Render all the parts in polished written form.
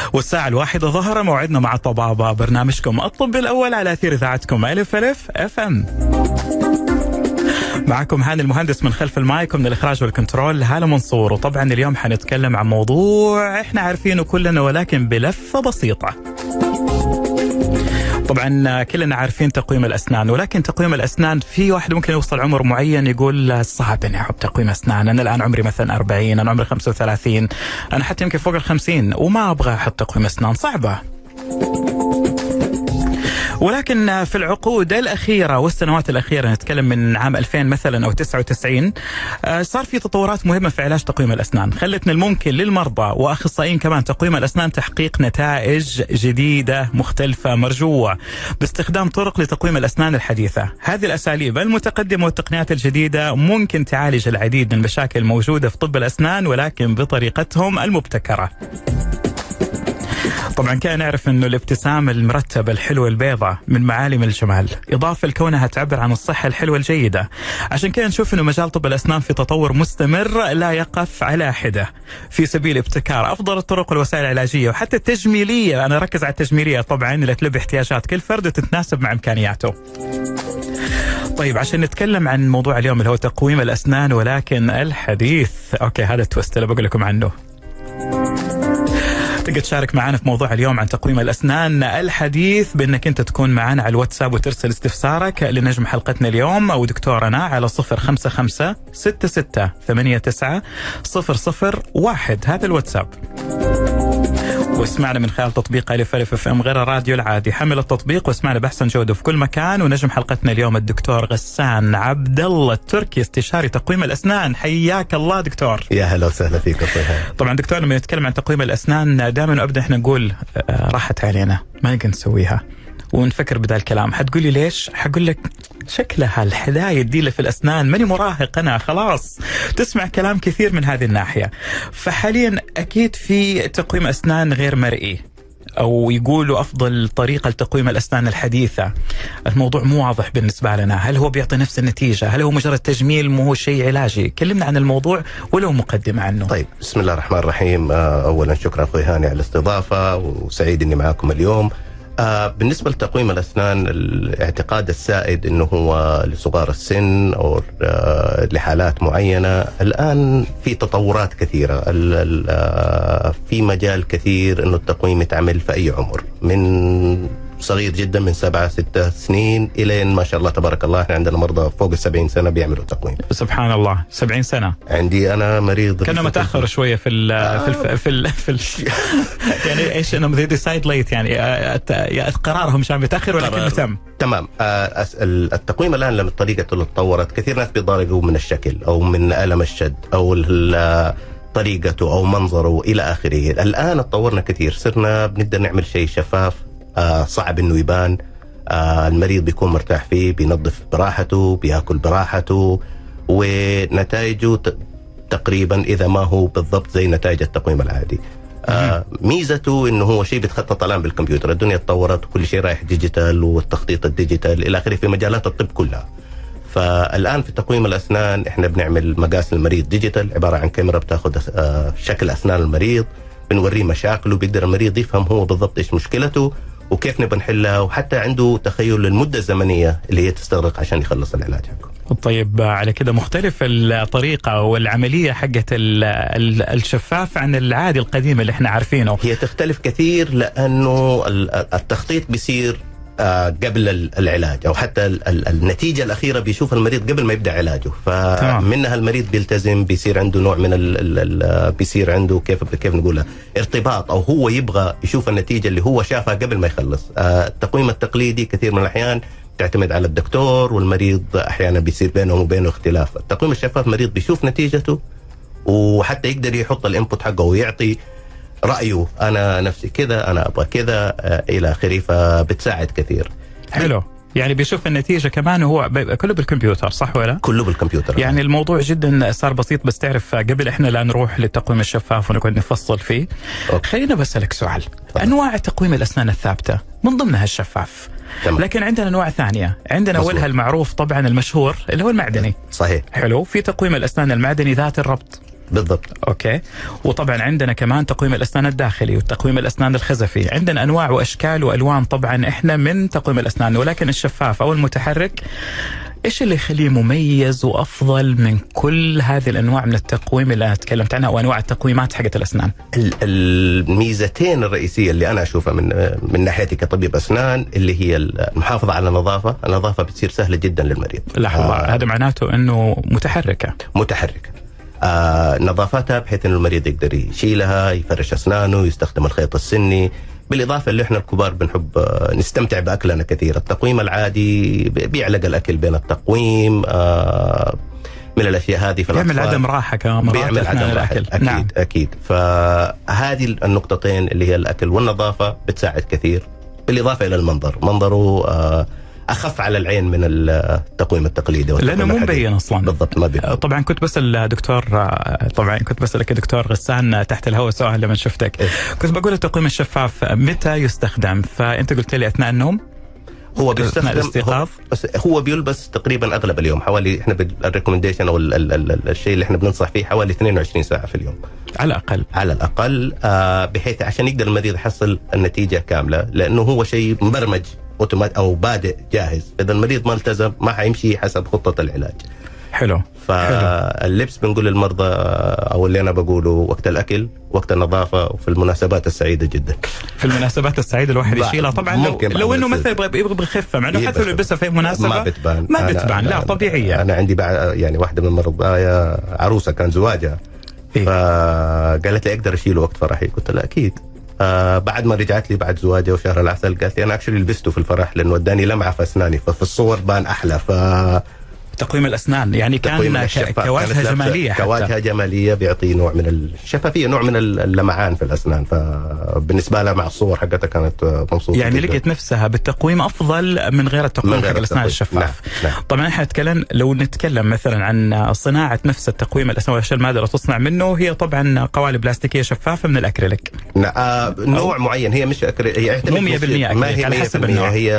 والساعة 1 ظهر موعدنا مع طبابة، برنامجكم الطب الأول على أثير إذاعتكم ألف اف ام. معكم هاني المهندس من خلف المايك، ومن الإخراج والكنترول هالة منصور. وطبعا اليوم حنتكلم عن موضوع احنا عارفينه كلنا ولكن بلفة بسيطة. طبعا كلنا عارفين تقويم الأسنان، ولكن تقويم الأسنان في واحد ممكن يوصل عمر معين يقول صعب اني احب تقويم أسنان، انا الآن عمري مثلا 40، انا عمري 35، انا حتى يمكن فوق 50 وما ابغى احط تقويم أسنان، صعبة. ولكن في العقود الأخيرة والسنوات الأخيرة، نتكلم من عام 2000 مثلا أو 99، صار في تطورات مهمة في علاج تقويم الأسنان، خلت من الممكن للمرضى وأخصائيين كمان تقويم الأسنان تحقيق نتائج جديدة مختلفة مرجوة باستخدام طرق لتقويم الأسنان الحديثة. هذه الأساليب المتقدمة والتقنيات الجديدة ممكن تعالج العديد من المشاكل الموجودة في طب الأسنان، ولكن بطريقتهم المبتكرة. طبعا كان نعرف انه الابتسامة المرتبة الحلوة البيضاء من معالم الجمال، اضافة لكونها تعبر عن الصحة الحلوة الجيدة. عشان كده نشوف انه مجال طب الاسنان في تطور مستمر لا يقف على حدة في سبيل ابتكار افضل الطرق والوسائل العلاجية وحتى التجميلية. انا اركز على التجميلية طبعا اللي تلبي احتياجات كل فرد وتتناسب مع امكانياته. طيب عشان نتكلم عن موضوع اليوم اللي هو تقويم الاسنان ولكن الحديث، اوكي هذا التويست اللي بقول لكم عنه. تقدر تشارك معنا في موضوع اليوم عن تقويم الأسنان الحديث بأنك أنت تكون معنا على الواتساب وترسل استفسارك لنجم حلقتنا اليوم أو دكتورنا على 055-66-89-001. هذا الواتساب. واسمعنا من خلال تطبيق ألف اف ام غير الراديو العادي. حمل التطبيق واسمعنا بأحسن جودة في كل مكان. ونجم حلقتنا اليوم الدكتور غسان عبد الله التركي، استشاري تقويم الأسنان. حياك الله دكتور. يا هلا وسهلا فيك. طبعا دكتور لما نتكلم عن تقويم الأسنان دائما أبدأ احنا نقول راحت علينا ما نقدر نسويها، ونفكر بدال الكلام. حتقولي ليش؟ حقول لك شكلها الحدايد دي اللي في الأسنان، ماني مراهق أنا خلاص. تسمع كلام كثير من هذه الناحية. فحاليا أكيد في تقويم أسنان غير مرئي، أو يقولوا أفضل طريقة لتقويم الأسنان الحديثة. الموضوع مو واضح بالنسبة لنا، هل هو بيعطي نفس النتيجة؟ هل هو مجرد تجميل مو هو شيء علاجي؟ كلمنا عن الموضوع ولو مقدمة عنه. طيب بسم الله الرحمن الرحيم. أولا شكرا أخوي هاني على الاستضافة وسعيد أني معاكم اليوم. بالنسبة لتقويم الأسنان، الاعتقاد السائد أنه هو لصغار السن أو لحالات معينة. الآن في تطورات كثيرة، في مجال كثير أنه التقويم يتعمل في أي عمر، من صغير جدا من 7-6 سنين إلى ما شاء الله تبارك الله. احنا عندنا مرضى فوق 70 سنة بيعملوا تقويم. سبحان الله 70 سنة. عندي أنا مريض كانوا متأخر شوية في يعني ايش انهم they decide late، يعني قرارهم مش عم يتأخر ولكنه تم. تمام. التقويم الآن لما طريقته اللي تطورت، كثير ناس بيضاربوا من الشكل أو من ألم الشد أو طريقته أو منظره إلى آخره. الآن تطورنا كثير، صرنا بنقدر نعمل شيء شفاف، صعب انه يبان، المريض بيكون مرتاح فيه، بينظف براحته، بياكل براحته، ونتائجه تقريبا اذا ما هو بالضبط زي نتائج التقويم العادي. ميزته انه هو شيء بيتخطط الان بالكمبيوتر. الدنيا تطورت وكل شيء رايح ديجيتال، والتخطيط الديجيتال الى اخره في مجالات الطب كلها. فالان في تقويم الاسنان احنا بنعمل مقاس المريض ديجيتال، عباره عن كاميرا بتاخذ شكل اسنان المريض، بنوريه مشاكله، بيقدر المريض يفهم هو بالضبط ايش مشكلته وكيف نبى نحلها، وحتى عنده تخيل للمدة الزمنية اللي هي تستغرق عشان يخلص العلاج حقه. طيب على كده مختلف الطريقة والعملية حقت الشفاف عن العادي القديم اللي احنا عارفينه؟ هي تختلف كثير، لأنه التخطيط بيصير قبل العلاج، أو حتى النتيجة الأخيرة بيشوف المريض قبل ما يبدأ علاجه. فمنها المريض بيلتزم، بيصير عنده نوع من بيصير عنده كيف نقولها ارتباط، أو هو يبغى يشوف النتيجة اللي هو شافها قبل ما يخلص. التقويم التقليدي كثير من الأحيان تعتمد على الدكتور، والمريض أحيانا بيصير بينهم وبينه اختلاف. التقويم الشفاف المريض بيشوف نتيجته، وحتى يقدر يحط الانبوت حقه ويعطي رأيه، أنا نفسي كذا، أنا أبغى كذا إلى آخره. فبتساعد كثير. حلو. يعني بيشوف النتيجة كمان، هو كله بالكمبيوتر صح ولا؟ كله بالكمبيوتر. يعني الموضوع جدا صار بسيط. بس تعرف قبل احنا لا نروح للتقويم الشفاف ونقعد نفصل فيه، خلينا بسألك سؤال. أنواع تقويم الأسنان الثابتة من ضمنها الشفاف، تمام. لكن عندنا أنواع ثانية. عندنا أولها المعروف طبعا المشهور اللي هو المعدني. صحيح. حلو. في تقويم الأسنان المعدني ذات الربط، بالضبط. اوكي. وطبعا عندنا كمان تقويم الاسنان الداخلي وتقويم الاسنان الخزفي، عندنا انواع واشكال والوان طبعا احنا من تقويم الاسنان، ولكن الشفاف او المتحرك ايش اللي يخليه مميز وافضل من كل هذه الانواع من التقويم اللي انا تكلمت عنها وانواع التقويمات حقت الاسنان؟ الميزتين الرئيسيه اللي انا اشوفها من ناحيتي كطبيب اسنان اللي هي المحافظه على النظافه بتصير سهله جدا للمريض. لحظه، هذا معناته انه متحركه نظافتها بحيث انه المريض يقدر يشيلها، يفرش اسنانه، يستخدم الخيط السني، بالاضافه اللي احنا الكبار بنحب نستمتع باكلنا كثير. التقويم العادي بيعلق الاكل بين التقويم، من الاشياء هذه في بيعمل عدم راحه كمان، بيعمل عدم راحه اكيد. نعم. اكيد. فهذه النقطتين اللي هي الاكل والنظافه بتساعد كثير، بالاضافه الى المنظر، منظره اخف على العين من التقويم التقليدي لانه مو مبين اصلا. بالضبط، ما بين. طبعا كنت بسالك دكتور غسان تحت الهواء سؤال لما شفتك. كنت بقول التقويم الشفاف متى يستخدم، فانت قلت لي اثناء النوم. هو بيستخدم هو بيلبس تقريبا اغلب اليوم، حوالي احنا الريكومنديشن او الشيء اللي احنا بننصح فيه حوالي 22 ساعه في اليوم على الاقل بحيث عشان يقدر المريض يحصل النتيجه كامله، لانه هو شيء مبرمج اوتومات او بادئ جاهز. اذا المريض ما التزم ما حيمشي حسب خطه العلاج. حلو. فاللبس بنقول للمرضى او اللي انا بقوله وقت الاكل، وقت النظافه، وفي المناسبات السعيده جدا. في المناسبات السعيده الواحد يشيلها طبعا، لو انه مثلا يبغى يخفها، مع انه حتى لو يلبسها في مناسبه ما بتبان. لا طبيعيه. انا عندي يعني واحده من مرضايا عروسه كان زواجها، فقالت لي اقدر اشيله وقت فرحي؟ قلت لها اكيد. بعد ما رجعت لي بعد زواجها وشهر العسل قالت لي انا اكشلي لبسته في الفرح لانه وداني لمعه في اسناني، ففي الصور بان احلى. تقويم الاسنان يعني كان كواجهه جماليه، كواجهه جماليه بيعطي نوع من الشفافيه، نوع من اللمعان في الاسنان. فبالنسبه لها مع الصور حقتها كانت مبسوطه يعني جداً. لقيت نفسها بالتقويم افضل من غير التقويم حق الاسنان الشفاف. نعم. طبعا احنا لو نتكلم مثلا عن صناعه نفس التقويم الاسنان والاشياء الماده اللي تصنع منه، هي طبعا قوالب بلاستيكيه شفافه من الاكريليك. نوع معين، هي مش هي مو 100% ما هي على حسب النوع. هي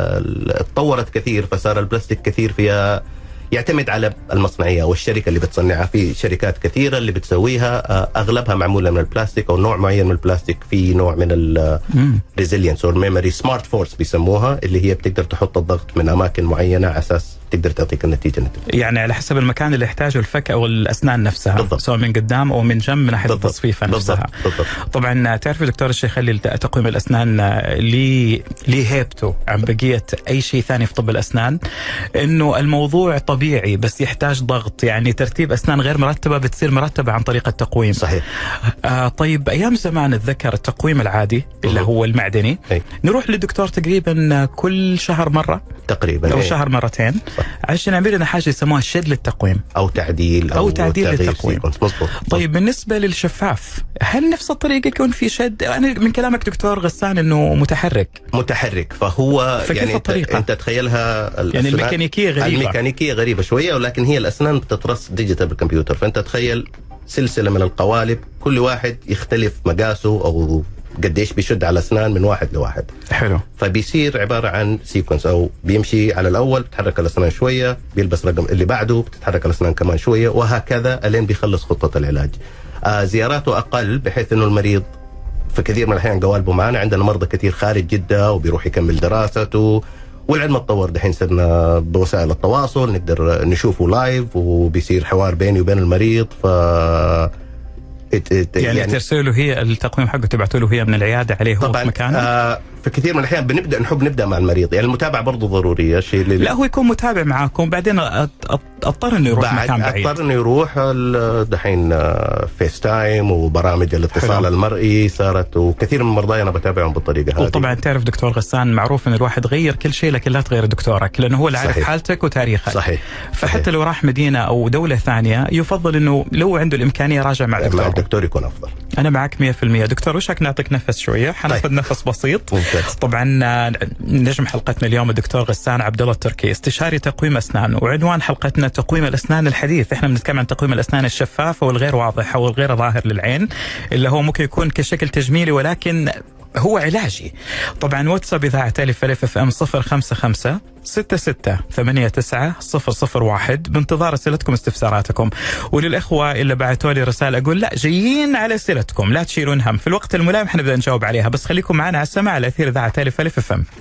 اتطورت كثير فصار البلاستيك كثير فيها يعتمد على المصنعيه والشركه اللي بتصنعها. في شركات كثيره اللي بتسويها اغلبها معموله من البلاستيك او نوع معين من البلاستيك، في نوع من الريزيلينس او الميموري سمارت فورس بيسموها، اللي هي بتقدر تحط الضغط من اماكن معينه على اساس تقدر تعطيك النتيجه. يعني على حسب المكان اللي يحتاجه الفك او الاسنان نفسها. بالضبط. سواء من قدام او من جنب من ناحيه التصفيفه نفسها. بالضبط. طبعا تعرف يا دكتور الشيء يخلي تقويم الاسنان ليه هيبته عن بقيه اي شيء ثاني في طب الاسنان، انه الموضوع طبيعي بس يحتاج ضغط. يعني ترتيب اسنان غير مرتبه بتصير مرتبه عن طريق التقويم. صحيح. طيب ايام زمان اتذكر التقويم العادي اللي هو المعدني نروح للدكتور تقريبا كل شهر مره تقريبا او شهر مرتين عشان نعمل لنا حاجه يسموها شد للتقويم او تعديل للتقويم. طيب بالنسبه للشفاف هل نفس الطريقه يكون في شد؟ انا من كلامك دكتور غسان انه متحرك فهو يعني انت تخيلها يعني الميكانيكيه غريبه شويه، ولكن هي الاسنان بتترص ديجيتال بالكمبيوتر. فانت تخيل سلسله من القوالب كل واحد يختلف مقاسه او قديش بيشد على الاسنان من واحد لواحد. حلو. فبيصير عباره عن سيكونس، او بيمشي على الاول بتتحرك الاسنان شويه، بيلبس رقم اللي بعده بتتحرك الاسنان كمان شويه، وهكذا الين بيخلص خطه العلاج. زياراته اقل بحيث انه المريض في كثير من الاحيان قوالبه معنا. عندنا مرضى كثير خارج جده وبيروح يكمل دراسته، والعلم اتطور دحين، صرنا بوسائل التواصل نقدر نشوفه لايف وبيصير حوار بيني وبين المريض. يعني ترسلوا له هي التقويم حقه تبعتوا له هي من العياده عليه هو في مكانه. في كثير من الاحيان نحب نبدا مع المريض، يعني المتابعه برضو ضروريه. شيء لا هو يكون متابع معاكم بعدين اضطر انه يروح مكان بعيد، اضطر انه يروح دحين فيس تايم وبرامج الاتصال المرئي صارت، وكثير من مرضاي انا بتابعهم بالطريقه هذه. وطبعا تعرف دكتور غسان معروف ان الواحد غير كل شيء لكن لا تغير دكتورك، لانه هو اللي عارف حالتك وتاريخك. صحيح. فحتى لو راح مدينه او دوله ثانيه يفضل انه لو عنده الامكانيه راجع مع الدكتور يكون افضل. انا معك 100%. دكتور وشك نعطيك نفس شويه، حناخذ نفس بسيط. طبعا نجم حلقتنا اليوم الدكتور غسان عبد الله التركي، استشاري تقويم اسنان، وعنوان حلقتنا تقويم الاسنان الحديث. احنا بنتكلم عن تقويم الاسنان الشفافه والغير واضحه والغير ظاهر للعين، اللي هو ممكن يكون كشكل تجميلي ولكن هو علاجي. طبعا واتساب إذاعة ألف ألف اف ام 055 66 89 001. بانتظار أسئلتكم استفساراتكم. وللإخوة اللي بعتوا لي رسالة أقول لا جايين على أسئلتكم لا تشيلون هم، في الوقت الملائم حنبدأ نجاوب عليها، بس خليكم معنا على السماع على أثير إذاعة ألف ألف اف ام.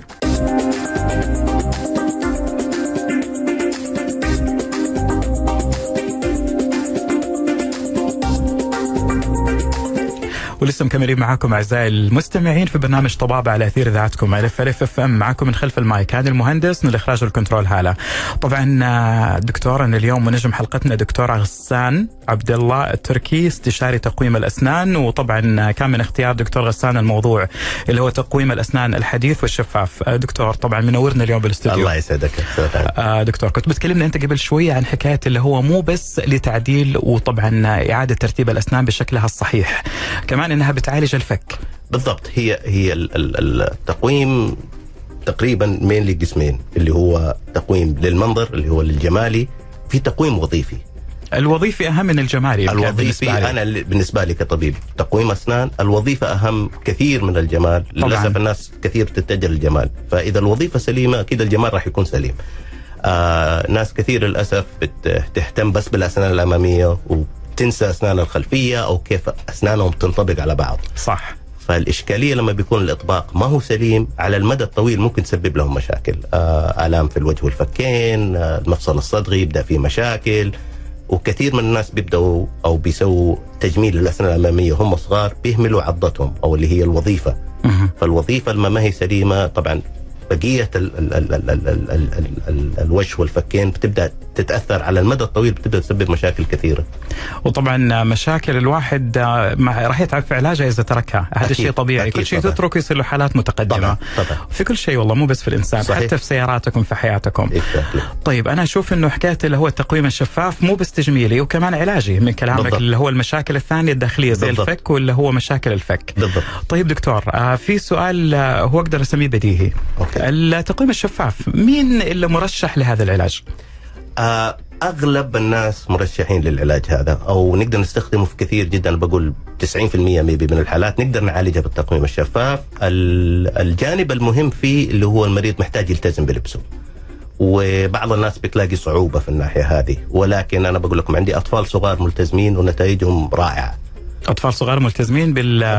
ولسه مكملين معاكم أعزائي المستمعين في برنامج طبابة على أثير إذاعتكم ألف ألف اف ام. معاكم من خلف المايك هذا المهندس من الإخراج والكنترول هالة. طبعا دكتورنا اليوم ونجم حلقتنا دكتور غسان عبد الله التركي، استشاري تقويم الأسنان. وطبعا كان من اختيار دكتور غسان الموضوع اللي هو تقويم الأسنان الحديث والشفاف. دكتور طبعا منورنا اليوم بالاستوديو. الله يسعدك. دكتور كنت بتكلمنا أنت قبل شوية عن حكاية اللي هو مو بس لتعديل وطبعا إعادة ترتيب الأسنان بشكلها الصحيح، كمان انها بتعالج الفك. بالضبط. هي التقويم تقريبا مين لقسمين، اللي هو تقويم للمنظر اللي هو للجمالي، في تقويم وظيفي. الوظيفي اهم من الجمالي. الوظيفي انا بالنسبه لي كطبيب تقويم اسنان، الوظيفه اهم كثير من الجمال. للاسف الناس كثير تتجه للجمال، فاذا الوظيفه سليمه اكيد الجمال راح يكون سليم. ناس كثير للاسف بتهتم بس بالاسنان الاماميه تنسى أسنان الخلفية أو كيف أسنانهم تنطبق على بعض. صح. فالإشكالية لما بيكون الإطباق ما هو سليم على المدى الطويل ممكن تسبب لهم مشاكل، آلام في الوجه والفكين، المفصل الصدغي يبدأ فيه مشاكل. وكثير من الناس بيبدأوا أو بيسووا تجميل للأسنان الأمامية وهم صغار، بيهملوا عضتهم أو اللي هي الوظيفة. فالوظيفة لما ما هي سليمة طبعا بقية الوجه والفكين بتبدأ تتأثر على المدى الطويل، بتبدأ تسبب مشاكل كثيرة. وطبعا مشاكل الواحد راح يتعب في علاجها إذا تركها، هذا شيء طبيعي. كل شيء تترك يصير له حالات متقدمة. طبعا. في كل شيء والله، مو بس في الإنسان. صحيح. حتى في سياراتكم في حياتكم. طيب أنا أشوف إنه حكاية اللي هو التقويم الشفاف مو بس تجميلي وكمان علاجي من كلامك. بالضبط. اللي هو المشاكل الثانية الداخلية زي بالضبط. الفك واللي هو مشاكل الفك. بالضبط. طيب دكتور في سؤال هو أقدر أسميه بديهي. التقويم الشفاف مين اللي مرشح لهذا العلاج؟ أغلب الناس مرشحين للعلاج هذا، أو نقدر نستخدمه في كثير جدا. بقول 90% من الحالات نقدر نعالجها بالتقويم الشفاف. الجانب المهم فيه اللي هو المريض محتاج يلتزم بلبسه، وبعض الناس بتلاقي صعوبة في الناحية هذه، ولكن أنا بقول لكم عندي أطفال صغار ملتزمين ونتائجهم رائعة. أطفال صغار ملتزمين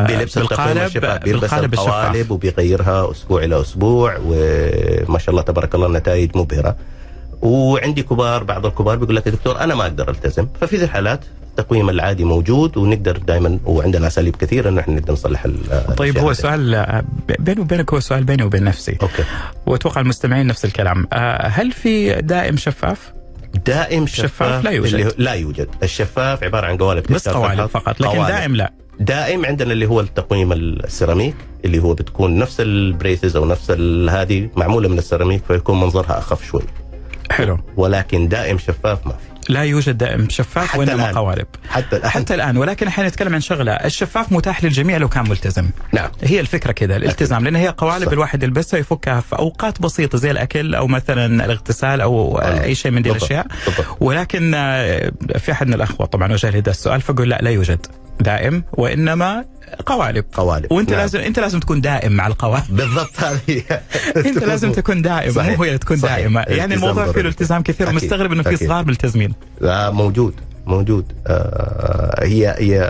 بالقالب الشفاف وبيغيرها أسبوع إلى أسبوع، وما شاء الله تبارك الله النتائج مبهرة. وعندي كبار، بعض الكبار بيقول لك يا دكتور أنا ما أقدر ألتزم. ففي ذي الحالات التقويم العادي موجود، ونقدر دائما وعندنا أساليب كثيرة إنه إحنا نقدر نصلح. طيب هو سؤال بيني وبينك، هو سؤال بيني وبين نفسي. أوكي. وأتوقع المستمعين نفس الكلام. هل في دائم شفاف؟ دائم شفاف لا يوجد. لا يوجد. الشفاف عبارة عن قوالب، بس قوالب فقط، لكن قوالب. دائم لا. دائم عندنا اللي هو التقويم السيراميك، اللي هو بتكون نفس البريسز أو نفس هذه معمولة من السيراميك، فيكون منظرها أخف شوي. حلو. ولكن دائم شفاف ما في. لا يوجد دائم شفاف وإنما قوالب حتى الآن. ولكن احنا نتكلم عن شغلة، الشفاف متاح للجميع لو كان ملتزم. نعم. هي الفكرة كده الالتزام، لأن هي قوالب الواحد يلبسها يفكها في أوقات بسيطة زي الأكل أو مثلا الاغتسال أو أي شيء من دي الأشياء. ولكن في أحد من الأخوة طبعا وجه لي هذا السؤال، فقول لا يوجد دائم وإنما قوالب. وانت نعم. انت لازم تكون دائم مع القوالب. بالضبط. هذه انت لازم تكون دائم، مو هي تكون دائمه. يعني الموضوع فيه الالتزام كثير، ومستغرب انه في صغار ملتزمين. لا موجود. هي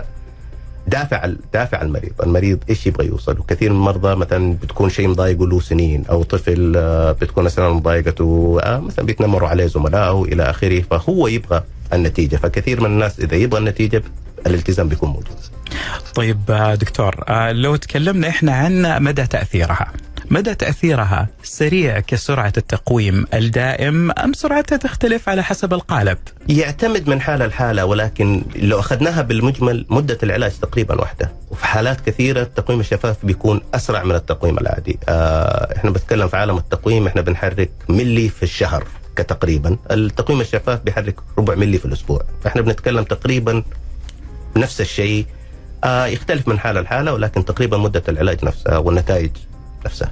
دافع المريض ايش يبغى يوصل. وكثير من المرضى مثلا بتكون شيء مضايقه له سنين، او طفل بتكون اسنانه مضايقته، مثلا بيتنمروا عليه زملائه الى اخره، فهو يبغى النتيجه. فكثير من الناس اذا يبغى النتيجه الالتزام بيكون موجود. طيب دكتور لو تكلمنا احنا عن مدى تأثيرها سريع كسرعة التقويم الدائم، أم سرعتها تختلف على حسب القالب؟ يعتمد من حالة لحالة، ولكن لو أخذناها بالمجمل مدة العلاج تقريبا واحدة. وفي حالات كثيرة التقويم الشفاف بيكون أسرع من التقويم العادي. احنا بنتكلم في عالم التقويم احنا بنحرك ملي في الشهر كتقريبا، التقويم الشفاف بيحرك ربع ملي في الأسبوع. فاحنا بنتكلم تقريبا نفس الشيء، يختلف من حالة لحالة، ولكن تقريبا مدة العلاج نفسها والنتائج نفسها.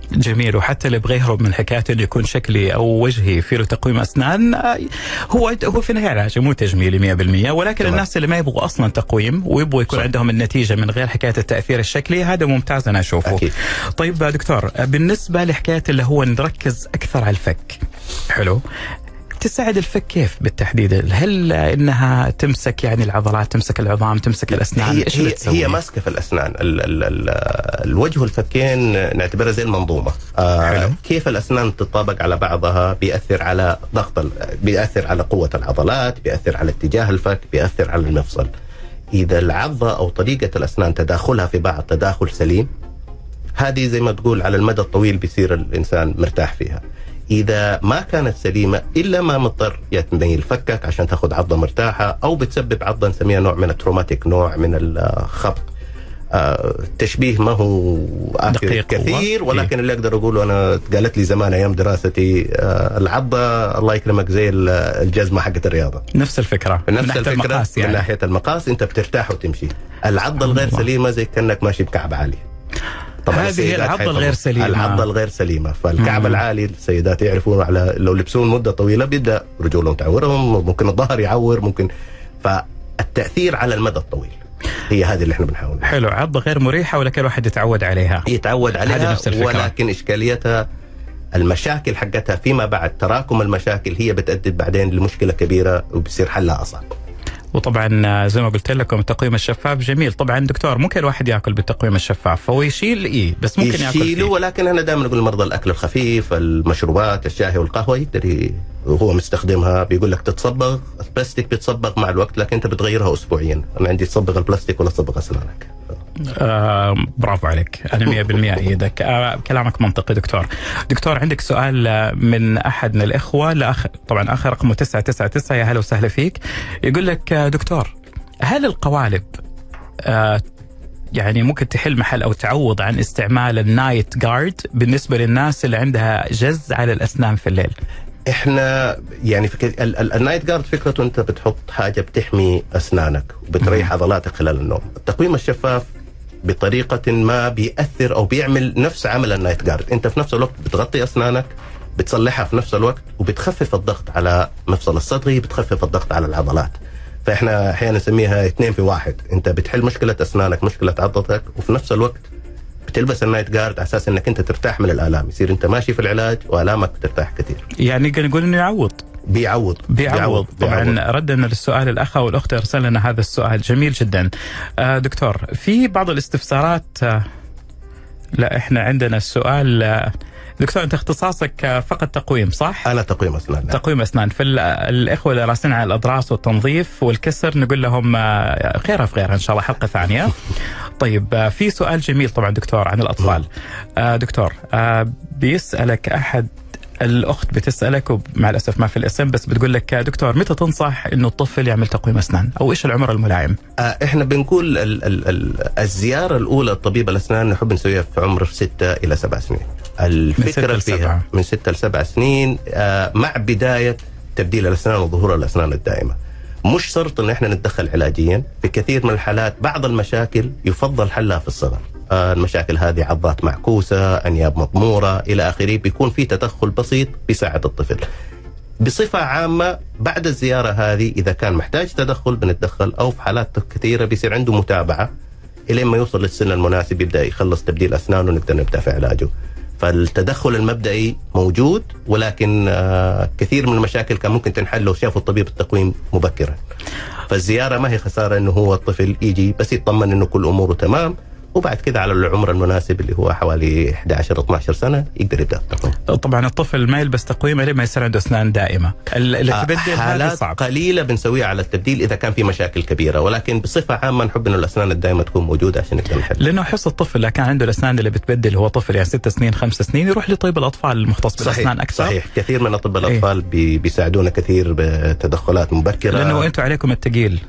جميل. وحتى اللي يبغى يهرب من حكاية انه يكون شكلي او وجهي في له تقويم اسنان، هو في النهاية علاج مو تجميلي 100%، ولكن طبعا. الناس اللي ما يبغوا اصلا تقويم ويبغوا يكون عندهم النتيجة من غير حكاية التأثير الشكلي، هذا ممتاز انا اشوفه. أكيد. طيب دكتور، بالنسبة لحكاية اللي هو نركز اكثر على الفك، حلو، تساعد الفك كيف بالتحديد؟ هل انها تمسك يعني العضلات، تمسك العظام، تمسك الاسنان؟ هي ماسكه في الاسنان. الوجه والفكين نعتبرها زي المنظومه. كيف الاسنان تطابق على بعضها بيأثر على بيأثر على قوه العضلات، بيأثر على اتجاه الفك، بيأثر على المفصل. اذا العضه او طريقه الاسنان تداخلها في بعض تداخل سليم، هذه زي ما تقول على المدى الطويل بيصير الانسان مرتاح فيها. إذا ما كانت سليمة إلا ما مضطر يتميل فكك عشان تاخذ عضة مرتاحة، أو بتسبب عضة نسميها نوع من التروماتيك، نوع من الخبط. تشبيه ما هو دقيق كثير، ولكن اللي أقدر أقوله أنا قالت لي زمان أيام دراستي، العضة الله يكرمك زي الجزمة حقت الرياضة، نفس الفكرة من ناحية المقاس أنت بترتاح وتمشي. العضة الغير سليمة زي كأنك ماشي بكعب عالي. هذه العضة الغير سليمة. العضة الغير سليمة، فالكعب العالي السيدات يعرفون على لو لبسون مدة طويلة بيبدأ رجولهم تعورهم، ممكن الظهر يعور، ممكن. فالتأثير على المدى الطويل هي هذه اللي احنا بنحاول. حلو، عضة غير مريحة ولكن الواحد يتعود عليها. ولكن إشكاليتها المشاكل حقتها فيما بعد، تراكم المشاكل هي بتأدي بعدين لمشكلة كبيرة وبصير حلها أصعب. وطبعا زي ما قلت لكم التقويم الشفاف جميل. طبعا دكتور ممكن الواحد ياكل بالتقويم الشفاف، فهو يشيل بس ممكن ياكل فيه. ولكن انا دائما اقول لمرضى الاكل الخفيف، المشروبات، الشاي والقهوه يقدر وهو مستخدمها. بيقول لك تتصبغ البلاستيك، بيتصبغ مع الوقت، لكن انت بتغيرها اسبوعيا. انا عندي تصبغ البلاستيك ولا تصبغ اسنانك. برافو عليك، انا 100% ايدك. كلامك منطقي دكتور عندك سؤال من احد من الاخوه، طبعا اخر رقمه 999. يا هلا وسهلا فيك. يقول لك دكتور، هل القوالب يعني ممكن تحل محل او تعوض عن استعمال النايت جارد بالنسبه للناس اللي عندها جز على الاسنان في الليل؟ احنا يعني النايت جارد فكرته انت بتحط حاجه بتحمي اسنانك وبتريح عضلاتك خلال النوم. التقويم الشفاف بطريقه ما بيأثر او بيعمل نفس عمل النايت جارد. انت في نفس الوقت بتغطي اسنانك، بتصلحها في نفس الوقت، وبتخفف الضغط على مفصل الصدغي، بتخفف الضغط على العضلات. فاحنا احيانا نسميها 2 في 1. انت بتحل مشكله اسنانك، مشكله عضلتك، وفي نفس الوقت بتلبس النايت جارد على اساس انك انت ترتاح من الالام، يصير انت ماشي في العلاج والامك ترتاح كثير. يعني نقول انه يعوض. بيعوض. طبعا ردا للسؤال الاخ او الاخت ارسل لنا هذا السؤال جميل جدا. دكتور، في بعض الاستفسارات. لا احنا عندنا السؤال. دكتور انت اختصاصك فقط تقويم صح؟ انا تقويم اسنان. تقويم اسنان. في الاخوه اللي راسلين على الاضراس والتنظيف والكسر نقول لهم خيرها في غيرها ان شاء الله حلقه ثانيه. طيب في سؤال جميل طبعا دكتور عن الاطفال. دكتور بيسالك احد الاخت بتسالك، ومع الاسف ما في الاسم، بس بتقول لك دكتور متى تنصح انه الطفل يعمل تقويم اسنان، او ايش العمر الملائم؟ احنا بنقول الزياره الاولى لطبيب الاسنان نحب نسويها في عمر 6 إلى 7 سنين. الفكره فيها من 6 ل 7 سنين، مع بدايه تبديل الاسنان وظهور الاسنان الدائمه. مش شرط ان احنا نتدخل علاجيا. في كثير من الحالات بعض المشاكل يفضل حلها في الصغر. المشاكل هذه عضات معكوسه، انياب مضموره الى اخره، بيكون في تدخل بسيط بيساعد الطفل. بصفه عامه بعد الزياره هذه اذا كان محتاج تدخل بنتدخل، او في حالات كثيره بيصير عنده متابعه الين ما يوصل للسن المناسب يبدا يخلص تبديل اسنان ونقدر نبدا في علاجه. فالتدخل المبدئي موجود، ولكن كثير من المشاكل كان ممكن تنحل لو شافوا الطبيب التقويم مبكرا. فالزياره ما هي خساره انه هو الطفل يجي بس يطمن انه كل اموره تمام، وبعد كده على العمر المناسب اللي هو حوالي 11-12 سنة يقدر يبدأ التقويم. طبعا الطفل ما يلبس تقويم لما يصير عنده أسنان دائمة. اللي تبدل حالات صعب. قليلة بنسويها على التبديل إذا كان في مشاكل كبيرة، ولكن بصفة عامة نحب إنه الأسنان الدائمة تكون موجودة عشان نقدر نحل. لأنه حس الطفل اللي كان عنده الأسنان اللي بتبدل هو طفل يعني 6 سنين 5 سنين يروح لطبيب الأطفال المختص بالأسنان أكثر. صحيح. كثير من أطباء الأطفال بيساعدونا كثير بتدخلات مبكرة، لأنه أنتوا عليكم الثقيل،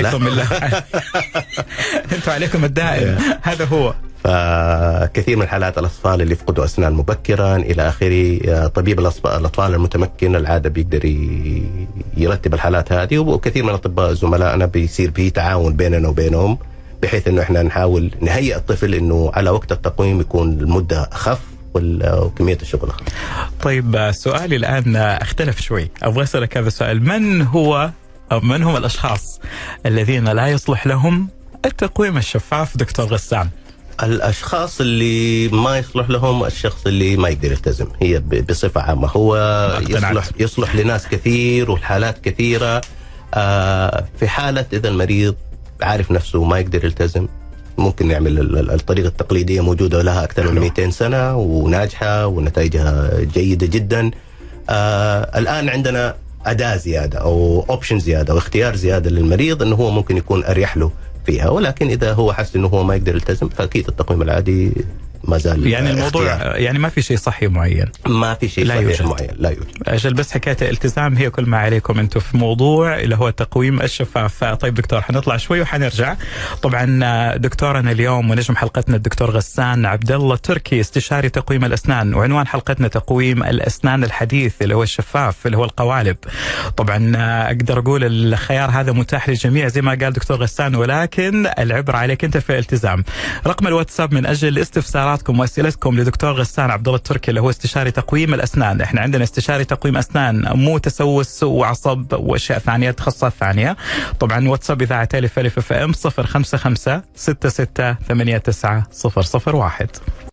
أنتوا عليكم الدائم. هذا هو. فكثير من حالات الأطفال اللي يفقدوا أسنان مبكرا إلى آخره، طبيب الأطفال المتمكن العادة بيقدر يرتب الحالات هذه، وكثير من أطباء زملائنا بيصير به تعاون بيننا وبينهم، بحيث إنه إحنا نحاول نهيئ الطفل إنه على وقت التقويم يكون المدة أخف وكمية الشغل. طيب سؤالي الآن اختلف شوي، أبغى أسألك هذا السؤال: من هم الأشخاص الذين لا يصلح لهم التقويم الشفاف دكتور غسان؟ الأشخاص اللي ما يصلح لهم الشخص اللي ما يقدر يلتزم، هي بصفة عامة. هو يصلح لناس كثير والحالات كثيرة. في حالة إذا المريض عارف نفسه ما يقدر يلتزم، ممكن نعمل الطريقة التقليدية موجودة لها أكثر من 200 سنة وناجحة ونتائجها جيدة جدا. الآن عندنا أداة زيادة أو أوبشن زيادة أو اختيار زيادة للمريض أنه هو ممكن يكون أريح له فيها، ولكن إذا هو حس أنه هو ما يقدر يلتزم فأكيد التقويم العادي ما زال يعني الموضوع اختيار. يعني ما في شيء صحي معين، ما في شيء صحيح معين، لا يوجد. أجل بس حكاية الالتزام هي كل ما عليكم أنتم في موضوع اللي هو التقويم الشفاف. طيب دكتور، حنطلع شوي وحنرجع. طبعا دكتورنا اليوم ونجم حلقتنا الدكتور غسان عبد الله التركي، استشاري تقويم الأسنان، وعنوان حلقتنا تقويم الأسنان الحديث اللي هو الشفاف اللي هو القوالب. طبعا أقدر أقول الخيار هذا متاح للجميع زي ما قال دكتور غسان، ولكن العبرة عليك أنت في الالتزام. رقم الواتساب من أجل استفساراتكم واسئلتكم لدكتور غسان عبد الله التركي اللي هو استشاري تقويم الاسنان. احنا عندنا استشاري تقويم اسنان، مو تسوس وعصب واشياء ثانيه، تخصصات ثانيه. طبعا واتساب اذاعه الف اف ام 055 66 89 001.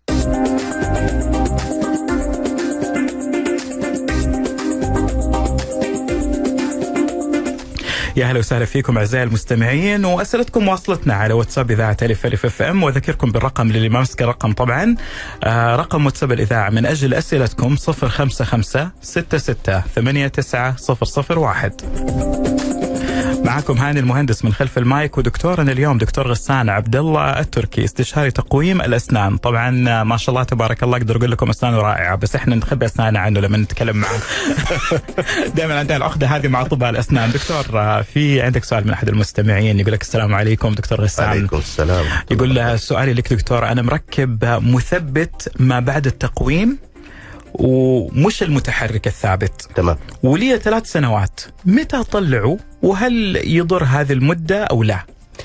يا هلا وسهلا فيكم اعزائي المستمعين، واسئلتكم واصلتنا على واتساب اذاعه الف اف ام، واذكركم بالرقم اللي ما مسك الرقم طبعا رقم واتساب الاذاعه من اجل اسئلتكم 055 66 89 001. معكم هاني المهندس من خلف المايك، ودكتورنا اليوم دكتور غسان عبد الله التركي استشاري تقويم الاسنان. طبعا ما شاء الله تبارك الله اقدر اقول لكم اسنانه رائعه، بس احنا نخبي اسناننا عنه لما نتكلم معه. دائما عندنا العقده هذه مع اطباء الاسنان. دكتور في عندك سؤال من احد المستمعين يقول لك: السلام عليكم دكتور غسان. عليكم السلام. يقول سؤالي لك دكتور: انا مركب مثبت ما بعد التقويم ومش المتحرك الثابت، تمام، ولي 3 سنوات، متى أطلعه وهل يضر هذه المدة أو لا؟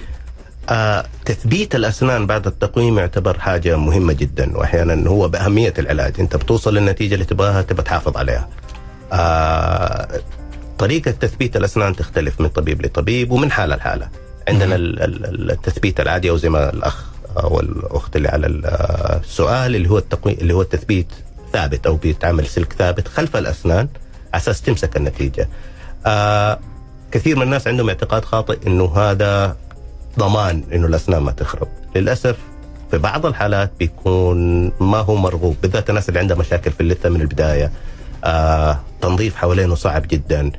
تثبيت الأسنان بعد التقويم يعتبر حاجة مهمة جدا، وأحيانا هو بأهمية العلاج. أنت بتوصل للنتيجة اللي تبغاها، تبغى تحافظ عليها. طريقة تثبيت الأسنان تختلف من طبيب لطبيب ومن حالة لحالة. عندنا التثبيت العادي، أو زي ما الأخ أو الأخت اللي على السؤال، اللي هو التقويم، اللي هو التثبيت ثابت أو بيتعمل سلك ثابت خلف الأسنان أساس تمسك النتيجة. كثير من الناس عندهم اعتقاد خاطئ إنه هذا ضمان إنه الأسنان ما تخرب. للأسف في بعض الحالات بيكون ما هو مرغوب، بالذات الناس اللي عندها مشاكل في اللثة من البداية. تنظيف حوالينه صعب جدا،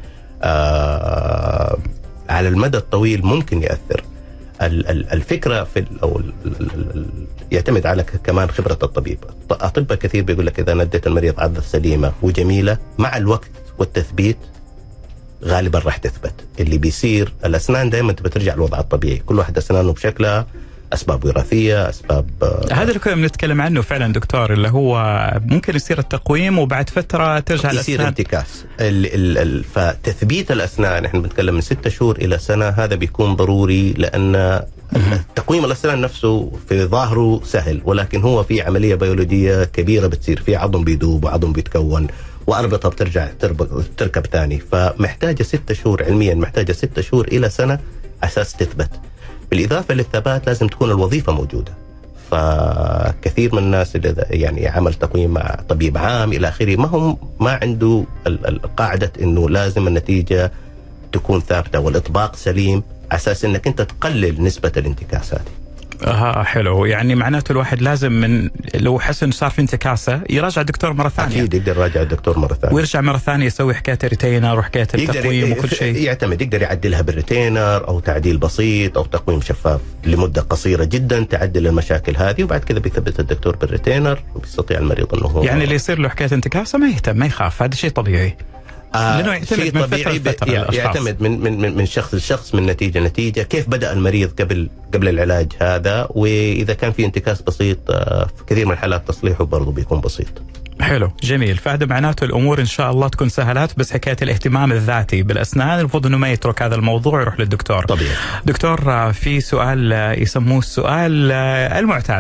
على المدى الطويل ممكن يأثر. الفكرة في يعتمد على كمان خبرة الطبيب. أطباء كثير بيقول لك إذا نديت المريض عضة سليمة وجميلة، مع الوقت والتثبيت غالبا راح تثبت. اللي بيصير الأسنان دائما بترجع للوضع الطبيعي، كل واحد أسنانه بشكلها، أسباب وراثية، أسباب هذا اللي كنا بنتكلم عنه فعلا دكتور، اللي هو ممكن يصير التقويم وبعد فترة ترجع الأسنان، يصير انتكاس. فتثبيت الأسنان احنا بنتكلم من 6 شهور إلى سنة، هذا بيكون ضروري، لأن تقويم الأسنان نفسه في ظاهره سهل، ولكن هو في عملية بيولوجية كبيرة بتصير، في عظم بيدوب وعظم بيتكون وأربطة بترجع تركب ثاني. فمحتاجة 6 شهور، علميا محتاجة 6 شهور إلى سنة أساس تثبت. بالإضافة للثبات لازم تكون الوظيفة موجودة. فكثير من الناس اللي يعني عمل تقويم مع طبيب عام إلى آخره ما عنده القاعدة إنه لازم النتيجة تكون ثابتة والإطباق سليم، أساس إنك أنت تقلل نسبة الانتكاسات. حلو. يعني معناته الواحد لازم من لو حس انه صار في انتكاسه يراجع الدكتور مره ثانيه. اكيد يقدر يراجع الدكتور مره ثانيه، ويرجع مره ثانيه يسوي حكايه ريتينر وحكايه التقويم وكل شيء. يقدر يعدلها بالريتينر او تعديل بسيط او تقويم شفاف لمده قصيره جدا تعدل المشاكل هذه، وبعد كذا بيثبت الدكتور بالريتينر وبيستطيع المريض انه هو يعني اللي يصير له حكايه انتكاسه ما يهتم، ما يخاف، هذا شيء طبيعي. لأنه يعتمد من طبيعي يعتمد من شخص لشخص، من نتيجة لنتيجة، كيف بدأ المريض قبل العلاج هذا، وإذا كان في انتكاس بسيط في كثير من الحالات تصليحه برضه بيكون بسيط. حلو جميل. فهذا معناته الأمور إن شاء الله تكون سهلات، بس حكاية الاهتمام الذاتي بالأسنان المفروض إنه ما يترك هذا الموضوع ويروح للدكتور. طبيعي. دكتور في سؤال يسموه السؤال المعتاد،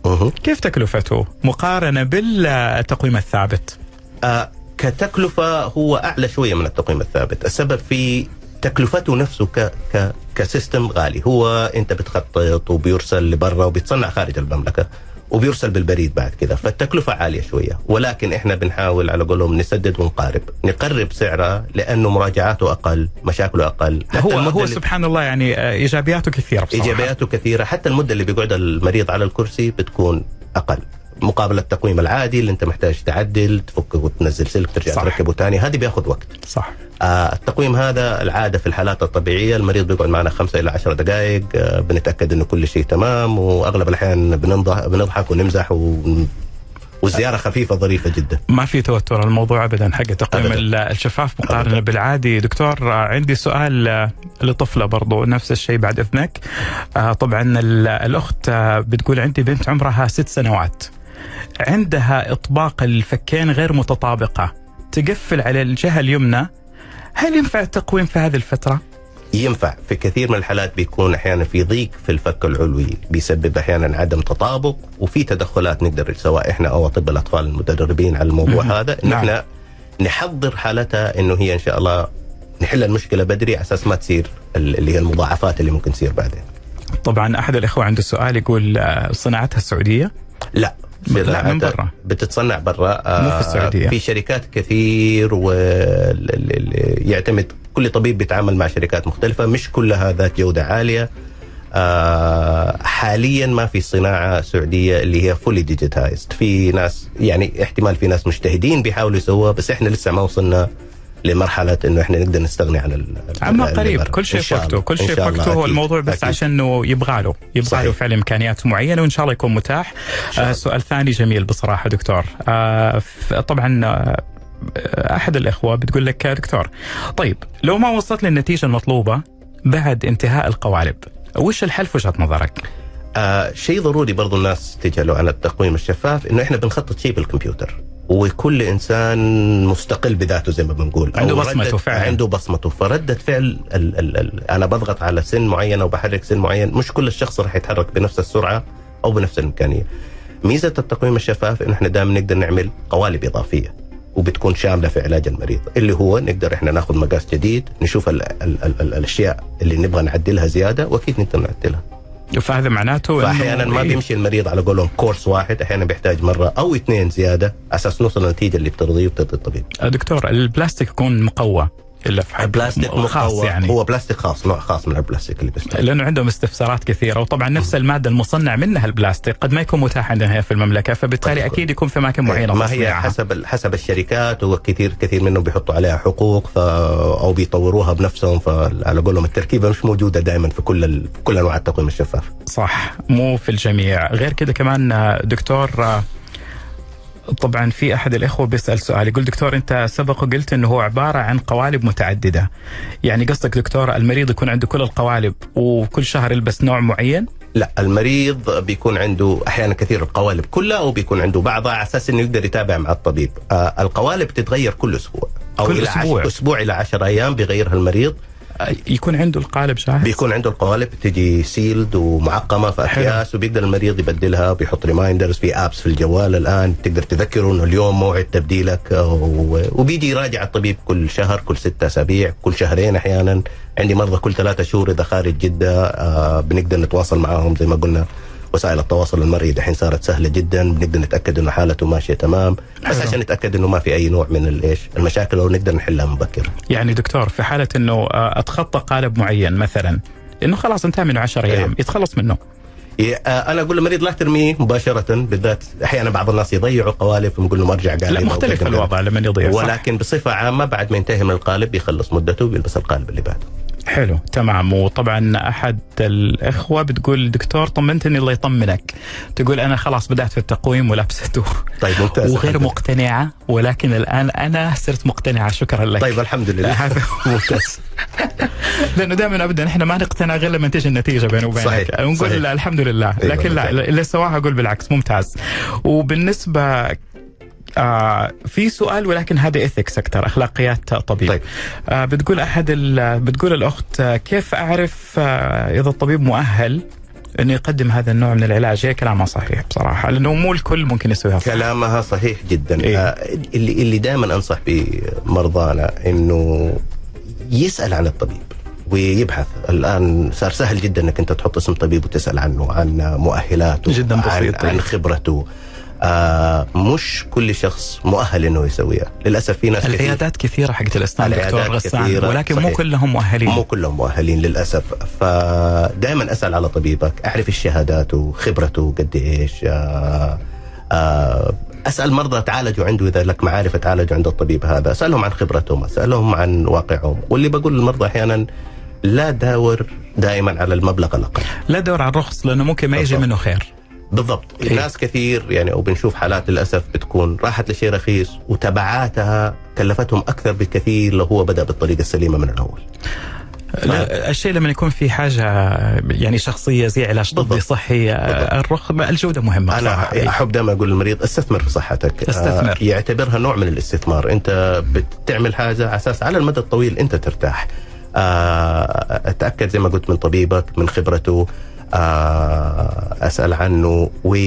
كيف تكلفته مقارنة بالتقويم الثابت؟ كتكلفة هو أعلى شوية من التقويم الثابت. السبب في تكلفته نفسه كسيستم غالي. هو أنت بتخطط وبيرسل لبرا وبيتصنع خارج المملكة وبيرسل بالبريد بعد كده، فالتكلفة عالية شوية. ولكن إحنا بنحاول على قولهم نسدد نقرب سعره، لأنه مراجعاته أقل، مشاكله أقل. هو سبحان الله يعني إيجابياته كثيرة بصراحة. إيجابياته كثيرة. حتى المدة اللي بيقعد المريض على الكرسي بتكون أقل مقابل التقويم العادي اللي انت محتاج تعدل تفك وتنزل سلك ترجع تركبه تاني. هذه بياخذ وقت. صح. التقويم هذا العادة في الحالات الطبيعية المريض بيقعد معنا 5 إلى 10 دقائق، بنتأكد انه كل شيء تمام، واغلب الأحيان بنضحك ونمزح والزيارة خفيفة ظريفة جدا. ما في توتر الموضوع أبدا حق تقويم الشفاف مقارنة بالعادي. دكتور عندي سؤال لطفلة برضو نفس الشيء بعد إذنك. طبعا الأخت بتقول عندي بنت عمرها 6 سنوات، عندها إطباق الفكين غير متطابقة، تقفل على الجهة اليمنى، هل ينفع التقويم في هذه الفترة؟ ينفع. في كثير من الحالات بيكون أحيانا في ضيق في الفك العلوي، بيسبب أحيانا عدم تطابق، وفي تدخلات نقدر سواء إحنا أو أطباء الأطفال المتدربين على الموضوع هذا إن إحنا نحضر حالتها إنه هي إن شاء الله نحل المشكلة بدري على أساس ما تصير اللي هي المضاعفات اللي ممكن تصير بعدين. طبعا أحد الإخوة عنده سؤال يقول صناعتها السعودية؟ لا من برا، بتتصنع برا. مو في السعودية. في شركات كثير ويعتمد كل طبيب بيتعامل مع شركات مختلفة، مش كلها ذات جودة عالية. حاليا ما في صناعة سعودية اللي هي فولي ديجيتايزد. في ناس يعني احتمال في ناس مجتهدين بيحاولوا يسووها، بس احنا لسه ما وصلنا لمرحلة انه احنا نقدر نستغني عن عما قريب. كل شيء في وقته، كل شيء في وقته. هو الموضوع بس أكيد. عشان انه يبغى له فعلا امكانيات معينة، وان شاء الله يكون متاح. سؤال ثاني جميل بصراحة دكتور. طبعا احد الاخوة بتقول لك يا دكتور، طيب لو ما وصلت للنتيجة المطلوبة بعد انتهاء القوالب، وش الحل في وجهة نظرك؟ شيء ضروري برضو الناس تجهلوا عن التقويم الشفاف، انه احنا بنخطط شيء بالكمبيوتر، وكل انسان مستقل بذاته زي ما بنقول، عنده بصمته فعلا. عنده بصمته. فردة فعل انا بضغط على سن معين او بحرك سن معين، مش كل الشخص راح يتحرك بنفس السرعة او بنفس الامكانية. ميزة التقويم الشفاف انه احنا دائما نقدر نعمل قوالب اضافية وبتكون شاملة في علاج المريض، اللي هو نقدر احنا ناخذ مقاس جديد، نشوف الاشياء اللي نبغى نعدلها زيادة، واكيد نقدر نعدلها. فهذا معناته فأحيانا ما بيمشي المريض على قولهم كورس واحد، أحيانا بيحتاج مرة أو 2 زيادة أساس نوصل للنتيجة اللي بترضيه وبترضي الطبيب. دكتور البلاستيك يكون مقوى إلا في بلاستيك خاص، يعني هو بلاستيك خاص، نوع خاص من البلاستيك اللي بيستخدم، لأنه عندهم استفسارات كثيرة. وطبعا نفس المادة المصنع منها البلاستيك قد ما يكون متاح عندنا في المملكة، فبالتالي أكيد يكون في أماكن معينة ما هي حسب الشركات، وكثير منهم بيحطوا عليها حقوق أو بيطوروها بنفسهم، فعلى قولهم التركيبة مش موجودة دائما في كل أنواع التقويم الشفاف. صح، مو في الجميع. غير كده كمان دكتور، طبعا في أحد الإخوة بيسأل سؤال، يقول دكتور أنت سبق وقلت أنه هو عبارة عن قوالب متعددة، يعني قصدك دكتور المريض يكون عنده كل القوالب وكل شهر يلبس نوع معين؟ لا، المريض بيكون عنده أحيانا كثير القوالب كلها، أو بيكون عنده بعضها على أساس أنه يقدر يتابع مع الطبيب. القوالب تتغير كل أسبوع أو كل أسبوع إلى 10 أيام بيغيرها المريض. يكون عنده القالب جاهز؟ بيكون عنده القوالب تجي سيلد ومعقمه في اكياس، وبيقدر المريض يبدلها، بيحط ريمايندرز في ابس في الجوال الان تقدر تذكره انه اليوم موعد تبديلك، وبيجي يراجع الطبيب كل شهر، كل 6 أسابيع، كل شهرين احيانا. عندي مرضى كل 3 شهور اذا خارج جده. بنقدر نتواصل معاهم زي ما قلنا، وسائل التواصل المرئي دحين صارت سهله جدا، بنقدر نتاكد انه حالته ماشيه تمام، بس عشان نتاكد انه ما في اي نوع من المشاكل، او نقدر نحلها مبكر. يعني دكتور في حاله انه اتخطى قالب معين مثلا، انه خلاص انتهى منه 10 ايام، يتخلص منه، انا اقول للمريض لا ترميه مباشره، بالذات احيانا بعض الناس يضيعوا قوالب ونقول له مرجع قالب. لا، مختلف الوضع لما يضيع، ولكن بصفه عامه بعد ما ينتهي من القالب بيخلص مدته وبيلبس القالب اللي بعده. حلو، تمام. وطبعا أحد الإخوة بتقول دكتور طمنتني الله يطمنك، تقول أنا خلاص بدأت في التقويم ولبسته. طيب ممتاز. وغير مقتنعة، ولكن الآن أنا صرت مقتنعة، شكرا لك. طيب الحمد لله. ممتاز. لأنه دائما أبدا إحنا ما نقتنع غير لما تيجي النتيجة بينه وبينك. صحيح. ونقول صحيح. الحمد لله. لكن لا، اللي سواها أقول بالعكس. ممتاز. وبالنسبة في سؤال، ولكن هذا إثكس أكثر، أخلاقيات طبيب. طيب. بتقول الأخت كيف أعرف إذا الطبيب مؤهل انه يقدم هذا النوع من العلاج. هي كلامها صحيح بصراحه، لانه مو الكل ممكن يسويها صح. كلامها صحيح جدا. إيه؟ اللي دائما انصح بمرضانا انه يسال عن الطبيب ويبحث. الان صار سهل جدا انك انت تحط اسم طبيب وتسال عنه، عن مؤهلاته، جدا بسيط، عن خبرته. مش كل شخص مؤهل انه يسويها، للاسف. في ناس العيادات كثيره حقت الاسنان دكتور غسان، ولكن صحيح. مو كلهم مؤهلين، مو كلهم مؤهلين للاسف. فدائما اسال على طبيبك، اعرف الشهادات خبرته قد ايش. اسال مرضى تعالجوا عنده، اذا لك معارف تعالجوا عند الطبيب هذا، اسالهم عن خبرتهم، اسالهم عن واقعهم. واللي بقول للمرضى احيانا لا داور دائما على المبلغ الاقل، لا دور على الرخص، لانه ممكن ما يجي منه خير. بالضبط. الناس كثير يعني، او بنشوف حالات للاسف بتكون راحت لشيء رخيص وتبعاتها كلفتهم اكثر بكثير لو هو بدا بالطريقه السليمه من الاول. لا الشيء لما يكون في حاجه يعني شخصيه زي علاج طبي صحي، الجوده مهمه. انا احب دائما اقول للمريض استثمر في صحتك، استثمر. يعتبرها نوع من الاستثمار. انت بتعمل حاجه على اساس على المدى الطويل انت ترتاح. اتاكد زي ما قلت من طبيبك، من خبرته، اسال عنه.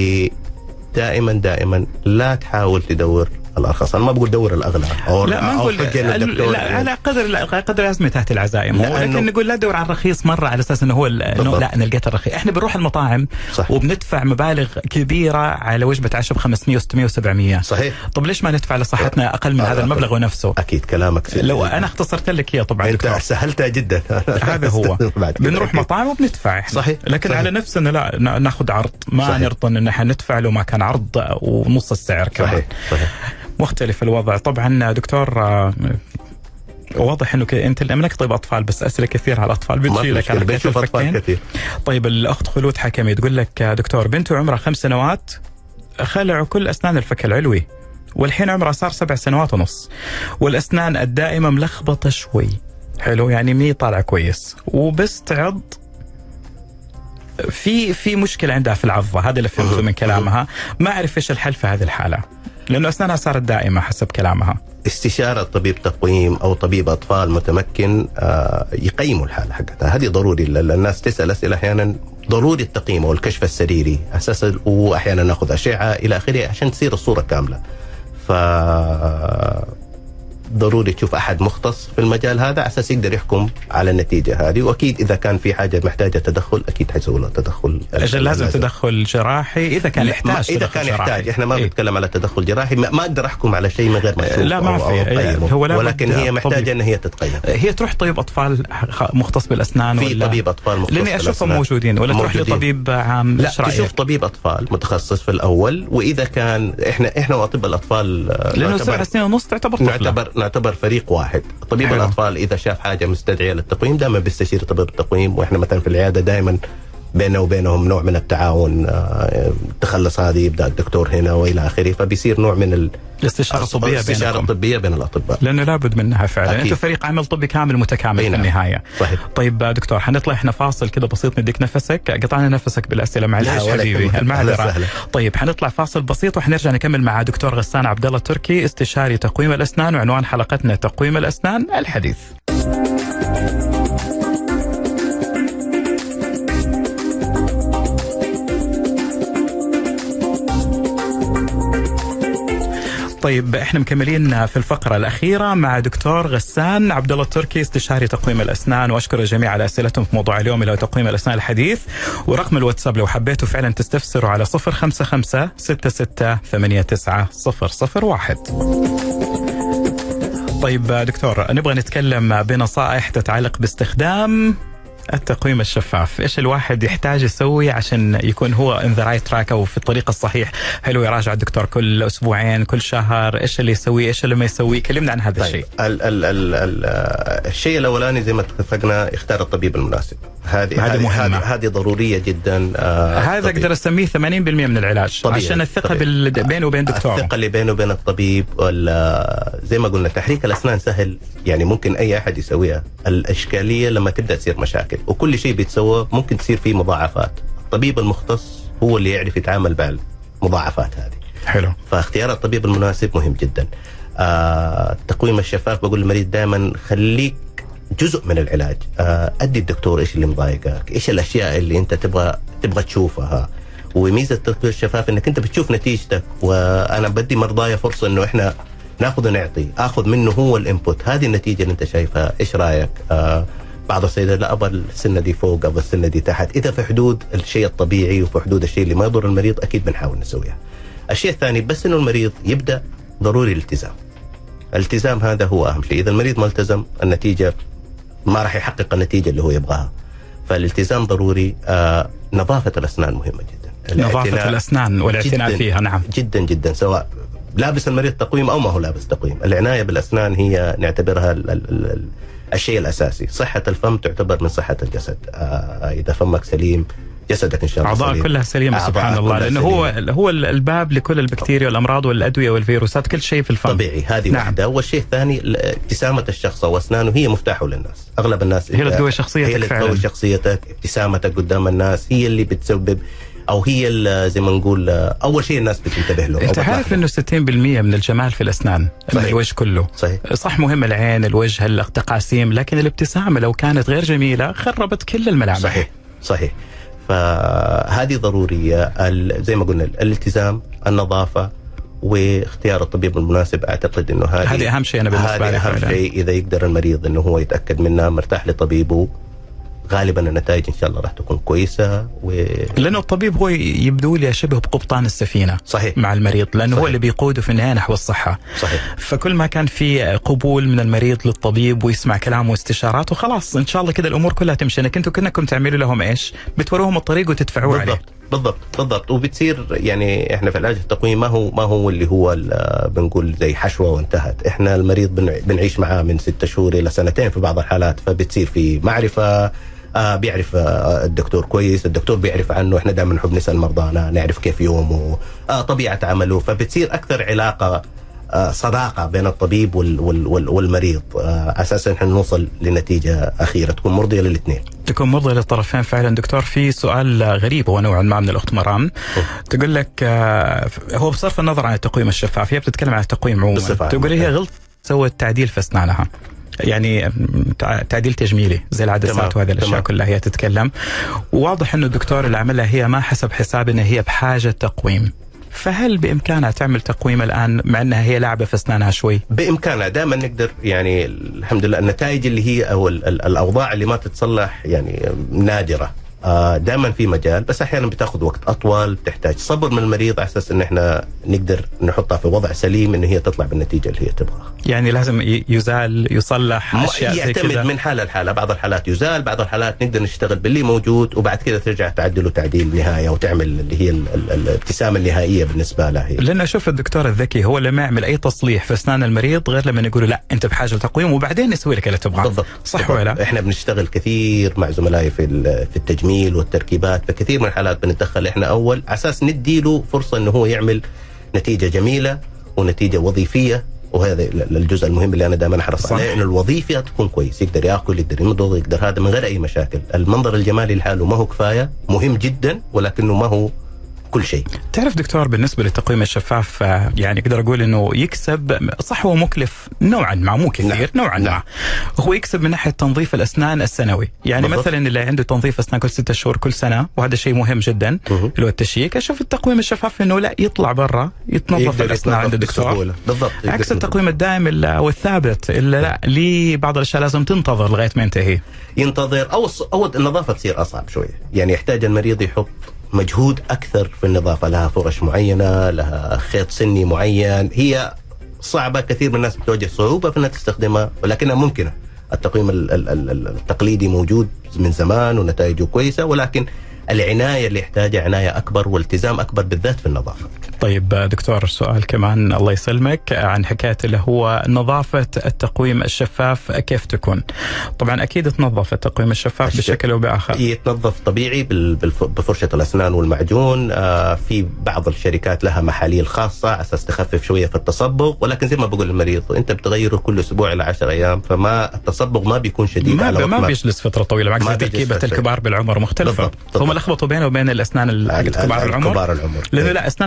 ودائما لا تحاول تدور الارخص. انا ما بقول دور الاغلى او لا، ما نقول لا على قدر ازمه تحت العزائم، ولكن نقول لا دور على الرخيص مره على اساس انه هو لا انا لقيت الرخيص. احنا بنروح المطاعم صح. وبندفع مبالغ كبيره على وجبه عشاء ب 500 و600 و700. صحيح. طب ليش ما ندفع لصحتنا اقل من هذا المبلغ ونفسه؟ اكيد كلامك سيد. لو انا اختصرت لك اياه طبعا انت دكتور سهلتها جدا. هذا هو. بنروح مطاعم وبندفع احنا. صحيح. لكن صحيح. على نفسنا لا ناخذ عرض، ما نرضى ان احنا ندفع له ما كان عرض ونص السعر كمان. صحيح. مختلف الوضع طبعا دكتور. واضح انه انت منك طيب اطفال، بس اسئله كثير على الاطفال بتجي لك. انا بشوف اطفال كثير. طيب الاخت خلود حكمي تقول لك دكتور بنته عمرها 5 سنوات، خلعوا كل اسنان الفك العلوي، والحين عمرها صار 7 سنوات ونص، والاسنان الدائمه ملخبطه شوي. حلو، يعني مي طالعه كويس وبس تعض. في مشكله عندها في العضه، هذا اللي فهمته من كلامها. ما اعرف ايش الحل في هذه الحاله، لأنه أسنانها صارت دائمة حسب كلامها. استشارة طبيب تقويم أو طبيب أطفال متمكن يقيموا الحالة حقتها. هذه ضروري. الناس تسأل أسئلة أحيانا ضروري التقييم والكشف السريري أساسا، وأحيانا نأخذ أشعة إلى آخره عشان تصير الصورة كاملة. ضروري تشوف أحد مختص في المجال هذا على أساس يقدر يحكم على النتيجة هذه. وأكيد إذا كان في حاجة محتاجة تدخل أكيد حيسوي له تدخل. أجل لازم تدخل جراحي إذا كان يحتاج. إذا كان يحتاج، إحنا ما بنتكلم على تدخل جراحي. ما أقدر أحكم على شيء من غير ما أشوف. لا ما في، ولكن هي محتاجة أن هي تتقيم. هي تروح طبيب أطفال مختص بالأسنان، في طبيب أطفال مختص لأني أشوفهم موجودين، ولا تروح لطبيب عام؟ لا، تشوف طبيب أطفال متخصص في الأول. وإذا كان إحنا وأطباء الأطفال، لأنه 7 سنين ونص نعتبر فريق واحد. طبيب الأطفال إذا شاف حاجة مستدعية للتقويم دائما بيستشير طبيب التقويم. وإحنا مثلا في العيادة دائما بيننا وبينهم نوع من التعاون. تخلص هذه يبدأ الدكتور هنا وإلى آخره، فبيصير نوع من الاستشارة الطبية بين الأطباء، لأنه لابد منها فعلا. أنتم فريق عمل طبي كامل متكامل في النهاية. صحيح. طيب دكتور حنطلع إحنا فاصل كده بسيط، نديك نفسك. قطعنا نفسك بالأسئلة، معلش حبيبي المعذرة. طيب حنطلع فاصل بسيط وحنرجع نكمل مع دكتور غسان عبد الله التركي، استشاري تقويم الأسنان، وعنوان حلقتنا تقويم الأسنان الحديث. طيب احنا مكملين في الفقرة الأخيرة مع دكتور غسان عبد الله التركي، استشاري تقويم الأسنان، وأشكر الجميع على أسئلتهم في موضوع اليوم اللي هو تقويم الأسنان الحديث. ورقم الواتساب لو حبيتوا فعلا تستفسروا على 055-6689-001. طيب دكتور نبغى نتكلم بنصائح تتعلق باستخدام التقويم الشفاف. ايش الواحد يحتاج يسوي عشان يكون هو in the right track او في الطريق الصحيح؟ هل هو يراجع الدكتور كل اسبوعين، كل شهر؟ ايش اللي يسويه، ايش اللي ما يسويه؟ كلمنا عن هذا الشيء. الشيء الاولاني زي ما اتفقنا، اختار الطبيب المناسب. هذه ضروريه جدا. هذا اقدر اسميه 80% من العلاج طبيعي. عشان الثقه بينه وبين دكتوره، الثقه اللي بينه وبين الطبيب. زي ما قلنا تحريك الاسنان سهل، يعني ممكن اي احد يسويها. الاشكاليه لما تبدا تصير مشاكل، وكل شيء بيتسوى ممكن تصير فيه مضاعفات. الطبيب المختص هو اللي يعرف يتعامل مع المضاعفات هذه. حلو. فاختيار الطبيب المناسب مهم جدا. التقويم الشفاف بقول للمريض دائما خليك جزء من العلاج. ادي الدكتور ايش اللي مضايقك، ايش الاشياء اللي انت تبغى تبغى تشوفها. وميزه التطبيق الشفاف انك انت بتشوف نتيجتك، وانا بدي مرضايا فرصه انه احنا ناخذ ونعطي، اخذ منه هو الانبوت، هذه النتيجه اللي انت شايفها ايش رايك؟ بعض السيدات لا ابغى السنه دي فوق، ابغى السنه دي تحت، اذا في حدود الشيء الطبيعي وفي حدود الشيء اللي ما يضر المريض اكيد بنحاول نسويها. الشيء الثاني بس انه المريض يبدا ضروري الالتزام. الالتزام هذا هو اهم شيء، اذا المريض ما التزم النتيجه ما راح يحقق النتيجه اللي هو يبغاها. فالالتزام ضروري. نظافه الاسنان مهمه جدا، نظافه الاسنان والاعتناء فيها. نعم جدا جدا، سواء لابس المريض تقويم او ما هو لابس تقويم، العنايه بالاسنان هي نعتبرها الشيء الاساسي. صحه الفم تعتبر من صحه الجسد. اذا فمك سليم جسدك ان شاء الله اعضاء كلها سليمه سبحان الله، لانه هو الباب لكل البكتيريا والامراض والادويه والفيروسات، كل شيء في الفم طبيعي. هذه نعم. واحده. والشيء الثاني ابتسامه الشخص واسنانه هي مفتاحه للناس. اغلب الناس هي اللي تقوي شخصيتك، هي اللي تقوي شخصيتك، ابتسامتك قدام الناس هي اللي بتسبب او هي زي ما نقول اول شيء الناس بتنتبه له. انت عارف انه 60% من الجمال في الاسنان، الوجه كله. صح مهم العين، الوجه، التقاسيم، لكن الابتسامه لو كانت غير جميله خربت كل الملامح. صحيح. فهذه ضروريه. زي ما قلنا الالتزام، النظافه، واختيار الطبيب المناسب. اعتقد انه هذه اهم شيء. انا بالنسبه لي اهم شيء اذا يقدر المريض انه هو يتاكد منها، مرتاح لطبيبه، غالبا النتائج ان شاء الله راح تكون كويسه. لانه الطبيب هو يبدو لي شبه بقبطان السفينه صحيح. مع المريض، لانه صحيح. هو اللي بيقوده في النهايه نحو الصحه. صحيح. فكل ما كان في قبول من المريض للطبيب ويسمع كلامه واستشاراته، خلاص ان شاء الله كده الامور كلها تمشي. انك انتم كنكم تعملوا لهم ايش؟ بتوروهم الطريق وتدفعوا عليه. بالضبط. وبتصير يعني احنا في العلاج التقويمي ما هو اللي هو بنقول زي حشوه وانتهت. احنا المريض بنعيش معاه من 6 شهور الى 2 في بعض الحالات، فبتصير في معرفه. بيعرف الدكتور كويس، الدكتور بيعرف عنه. احنا دائما نحب نسال مرضانا، نعرف كيف يومه، طبيعه عمله، فبتصير اكثر علاقه صداقه بين الطبيب والمريض، اساسا احنا نوصل لنتيجه اخيره تكون مرضيه للاثنين. تكون مرضيه للطرفين فعلا. دكتور في سؤال غريب هو نوعا ما من الاخت مرام، تقول لك هو بصرف النظر عن التقويم الشفاف، هي بتتكلم عن التقويم عموما، تقول هي غلط سوت تعديل في اسنانها، يعني تعديل تجميلي زي العدسات وهذه الاشياء كلها هي تتكلم. وواضح انه الدكتور اللي عملها هي ما حسب حساب انها هي بحاجه تقويم، فهل بامكانها تعمل تقويم الان مع انها هي لعبه في اسنانها شوي؟ بامكانها، دائما نقدر يعني الحمد لله النتائج اللي هي او الاوضاع اللي ما تتصلح يعني نادره. دائما في مجال، بس احيانا بتاخذ وقت اطول، بتحتاج صبر من المريض على اساس ان احنا نقدر نحطها في وضع سليم ان هي تطلع بالنتيجه اللي هي تبغاها. يعني لازم يزال يصلح اشياء زي كذا، يعتمد من حاله لحاله. بعض الحالات يزال، بعض الحالات نقدر نشتغل باللي موجود وبعد كذا ترجع تعدله تعديل نهايه وتعمل اللي هي الابتسامه النهائيه بالنسبه لها هي. لان اشوف الدكتور الذكي هو اللي ما يعمل اي تصليح في اسنان المريض غير لما يقول له لا انت بحاجه لتقويم وبعدين يسوي لك اللي تبغاه. بالضبط. صح ولا؟ احنا بنشتغل كثير مع زملائي في التجميل والتركيبات، فكثير من الحالات بنتدخل احنا اول على اساس نديله فرصه انه هو يعمل نتيجه جميله ونتيجه وظيفيه. وهذا الجزء المهم اللي انا دائما احرص عليه، انه الوظيفه تكون كويس، يقدر ياكل، يقدر يمضغ، يقدر هذا من غير اي مشاكل. المنظر الجمالي لحاله ما هو كفايه، مهم جدا ولكنه ما هو كل شيء. تعرف دكتور بالنسبه للتقويم الشفاف يعني اقدر اقول انه يكسب، صح هو مكلف نوعا ما، مو كثير نوعا ما، هو يكسب من ناحيه تنظيف الاسنان السنوي. يعني بالضبط. مثلا اللي عنده تنظيف اسنان كل 6 شهور كل سنه، وهذا شيء مهم جدا اللي هو التشيك. اشوف التقويم الشفاف انه لا يطلع برا يتنظف الاسنان عند الدكتور، بالضبط، عكس التقويم الدائم والثابت اللي لا لي بعض الاشياء لازم تنتظر لغايه ما ينتهي. ينتظر او النظافه تصير اصعب شويه، يعني يحتاج المريض يحط مجهود أكثر في النظافة، لها فرش معينة، لها خيط سني معين، هي صعبة. كثير من الناس بتواجه صعوبة في أنها تستخدمها ولكنها ممكنة. التقويم التقليدي موجود من زمان ونتائجه كويسة، ولكن العناية اللي يحتاجها عناية أكبر والتزام أكبر بالذات في النظافة. طيب دكتور سؤال كمان الله يسلمك عن حكاية اللي هو نظافة التقويم الشفاف كيف تكون؟ طبعا أكيد تنظف التقويم الشفاف بشكل أو بآخر. يتنظف طبيعي بفرشة الأسنان والمعجون. في بعض الشركات لها محاليل خاصة على أساس تخفف شوية في التصبغ، ولكن زي ما بقول للمريض أنت بتغيره كل أسبوع إلى 10 أيام، فما التصبغ ما بيكون شديد على وقت ما بيجلس فترة طويلة. معك تركيبة الكبار بالعمر مختلفة، هم لخبطوا بينه وبين الأسنان كبار العمر، لأنه لا أسنانه ما تتغير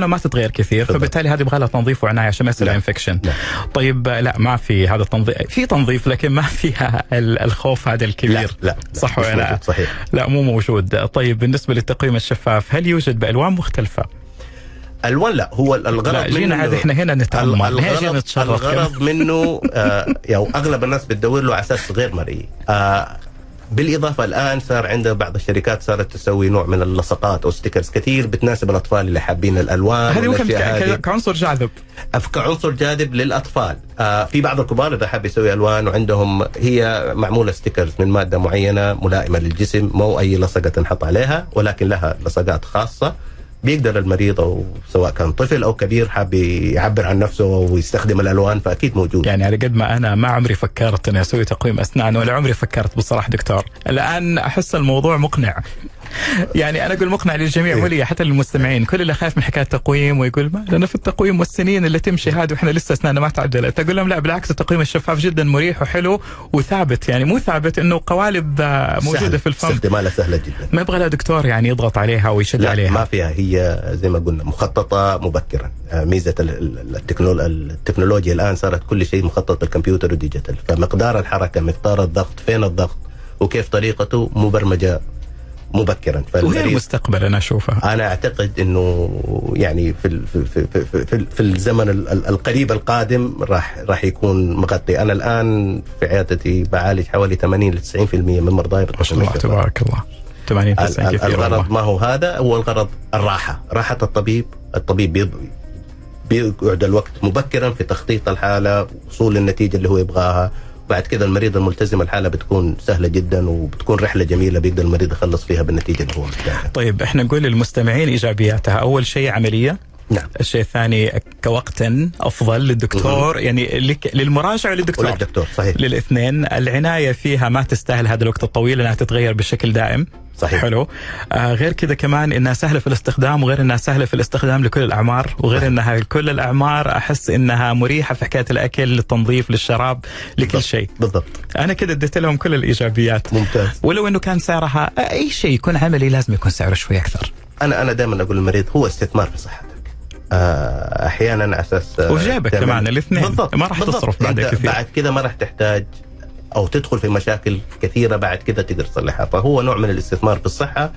غير كثير، فبالتالي هذه يبغى لها تنظيف وعنايه عشان ما يصير انفكشن. طيب لا ما في هذا التنظيف، في تنظيف لكن ما فيها الخوف هذا الكبير. لا صح ولا لا؟ صحيح. لا مو موجود. طيب بالنسبه للتقويم الشفاف هل يوجد بالوان مختلفه؟ الوان لا، هو الغرض لا جينا عاد احنا هنا نتأمل، الغرض منه يعني اغلب الناس بتدور له على اساس غير مرئي. بالاضافه الان صار عند بعض الشركات صارت تسوي نوع من اللصقات او ستيكرز كثير بتناسب الاطفال اللي حابين الالوان. هذه كعنصر جاذب، كعنصر جاذب للاطفال. في بعض الكبار اذا حاب يسوي الوان وعندهم هي معموله ستيكرز من ماده معينه ملائمه للجسم، مو اي لصقه تنحط عليها ولكن لها لصقات خاصه. بيقدر المريض او سواء كان طفل او كبير حاب يعبر عن نفسه ويستخدم الالوان فاكيد موجود. يعني على قد ما انا ما عمري فكرت اني اسوي تقويم اسنان ولا عمري فكرت بصراحه دكتور، الان احس الموضوع مقنع. يعني انا اقول مقنع للجميع ولي حتى للمستمعين، كل اللي خايف من حكايه التقويم ويقول ما لنا في التقويم والسنين اللي تمشي هذه واحنا لسه اسناننا ما تعدلت، اقول لهم لا بالعكس التقويم الشفاف جدا مريح وحلو وثابت، يعني مو ثابت انه قوالب موجوده في الفم، استخدامها سهله جدا، ما يبغى لها دكتور يعني يضغط عليها ويشد عليها. ما فيها، هي زي ما قلنا مخططه مبكرا. ميزه التكنولوجيا الان صارت كل شيء مخطط بالكمبيوتر وديجيتال، فمقدار الحركه مقدار الضغط فين الضغط وكيف طريقته مبرمجه مبكرا. وهي المستقبل انا اشوفها. انا اعتقد انه يعني في الزمن القريب القادم راح يكون مغطي. انا الان في عيادتي بعالج حوالي 80 ل 90% من مرضاي بالتقويم الشفاف. تبارك الله. 80% كثير. الغرض ما هو هذا، هو الغرض راحه الطبيب بيقعد الوقت مبكرا في تخطيط الحاله، وصول للنتيجه اللي هو يبغاها. بعد كذا المريض الملتزم الحالة بتكون سهلة جدا وبتكون رحلة جميلة بيقدر المريض يخلص فيها بالنتيجة اللي هو محتاجها. طيب احنا نقول للمستمعين إيجابياتها، أول شيء عملية. نعم. الشيء الثاني كوقت أفضل للدكتور، يعني للمراجع وللدكتور. وللدكتور صحيح. للاثنين. العناية فيها ما تستاهل هذا الوقت الطويل لأنها تتغير بشكل دائم. صحيح. حلو. غير كذا كمان انها سهله في الاستخدام، وغير انها سهله في الاستخدام لكل الاعمار، وغير انها لكل الاعمار احس انها مريحه في حكايه الاكل، للتنظيف، للشراب، لكل شيء. بالضبط. انا كده اديت لهم كل الايجابيات. ممتاز. ولو انه كان سعرها اي شيء يكون عملي لازم يكون سعره شوي اكثر. انا دائما اقول للمريض هو استثمار في صحتك. احيانا على اساس وفي جيبك كمان الاثنين. بالضبط. ما راح تصرف بعد كثير. بعد كده ما راح تحتاج أو تدخل في مشاكل كثيرة بعد كده تقدر تصلحها، فهو نوع من الاستثمار في الصحة.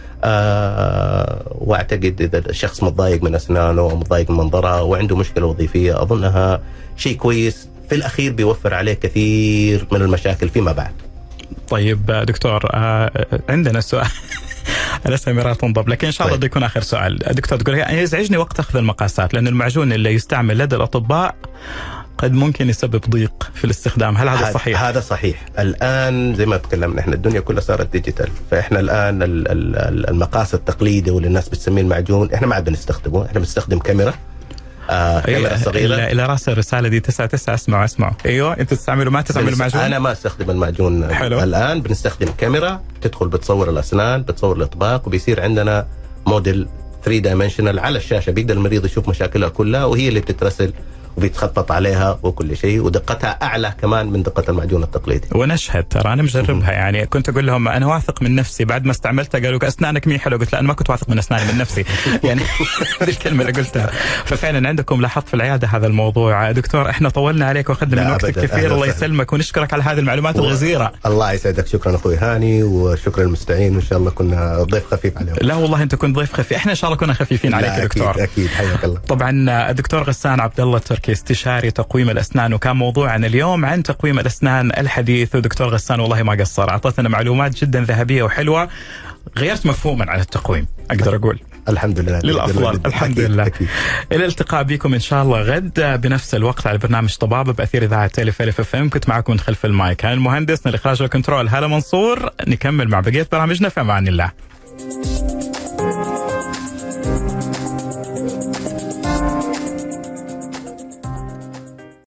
وأعتقد إذا الشخص متضايق من أسنانه أو متضايق من منظرها وعنده مشكلة وظيفية أظنها شيء كويس، في الأخير بيوفر عليه كثير من المشاكل فيما بعد. طيب دكتور عندنا سؤال أنا سميرات تنضب، لكن إن شاء الله بده يكون آخر سؤال. دكتور تقول يزعجني وقت أخذ المقاسات، لأن المعجون اللي يستعمل لدى الأطباء قد ممكن يسبب ضيق في الاستخدام، هل هذا صحيح؟ هذا صحيح. الآن زي ما تكلمنا احنا الدنيا كلها صارت ديجيتال، فاحنا الآن المقاس التقليدي واللي الناس بتسميه المعجون احنا ما عاد بنستخدمه، احنا بنستخدم كاميرا. كاميرا صغيرة. إلى رأس الرسالة دي 99 اسمعوا. أيوة أنت تستعملوا ما تستعملوا معجون؟ أنا ما استخدم المعجون. حلو. الآن بنستخدم كاميرا تدخل بتصور الأسنان، بتصور الأطباق، وبيصير عندنا موديل 3 دايمنشنال على الشاشة، بيقدر المريض يشوف مشاكلها كلها وهي اللي بتترسل وبيتخطط عليها وكل شيء، ودقتها أعلى كمان من دقة المعجون التقليدي. ونشهد ترى أنا مجربها، يعني كنت أقول لهم أنا واثق من نفسي، بعد ما استعملتها قالوا أسنانك مي حلو، قلت لا أنا ما كنت واثق من أسناني من نفسي يعني هذه الكلمة اللي قلتها. ففعلا عندكم لاحظت في العيادة هذا الموضوع. دكتور إحنا طولنا عليك وأخذنا من وقتك كثير، الله يسلمك ونشكرك على هذه المعلومات الغزيرة. الله يسعدك، شكرا أخوي هاني وشكرا المستعين، وإن شاء الله كنا ضيف خفيف عليهم. لا والله أنت كنت ضيف خفيف، إحنا إن شاء الله كنا خفيفين عليك يا دكتور. أكيد حياك الله. طبعا الدكتور غسان عبد الله التركي استشاري تقويم الأسنان، وكان موضوعنا اليوم عن تقويم الأسنان الحديث. ودكتور غسان والله ما قصر، أعطتنا معلومات جدا ذهبية وحلوة، غيرت مفهوما عن التقويم أقدر أقول. الحمد لله للأفضل. الحمد لله. أكيد. إلى الالتقاء بكم إن شاء الله غد بنفس الوقت على برنامج طبابة بأثير إذاعة تيلي فيلي اف ام. كنت معكم من خلف المايك كان المهندس من الإخراج والكنترول هالة منصور. نكمل مع بقية برامجنا في أمان الله.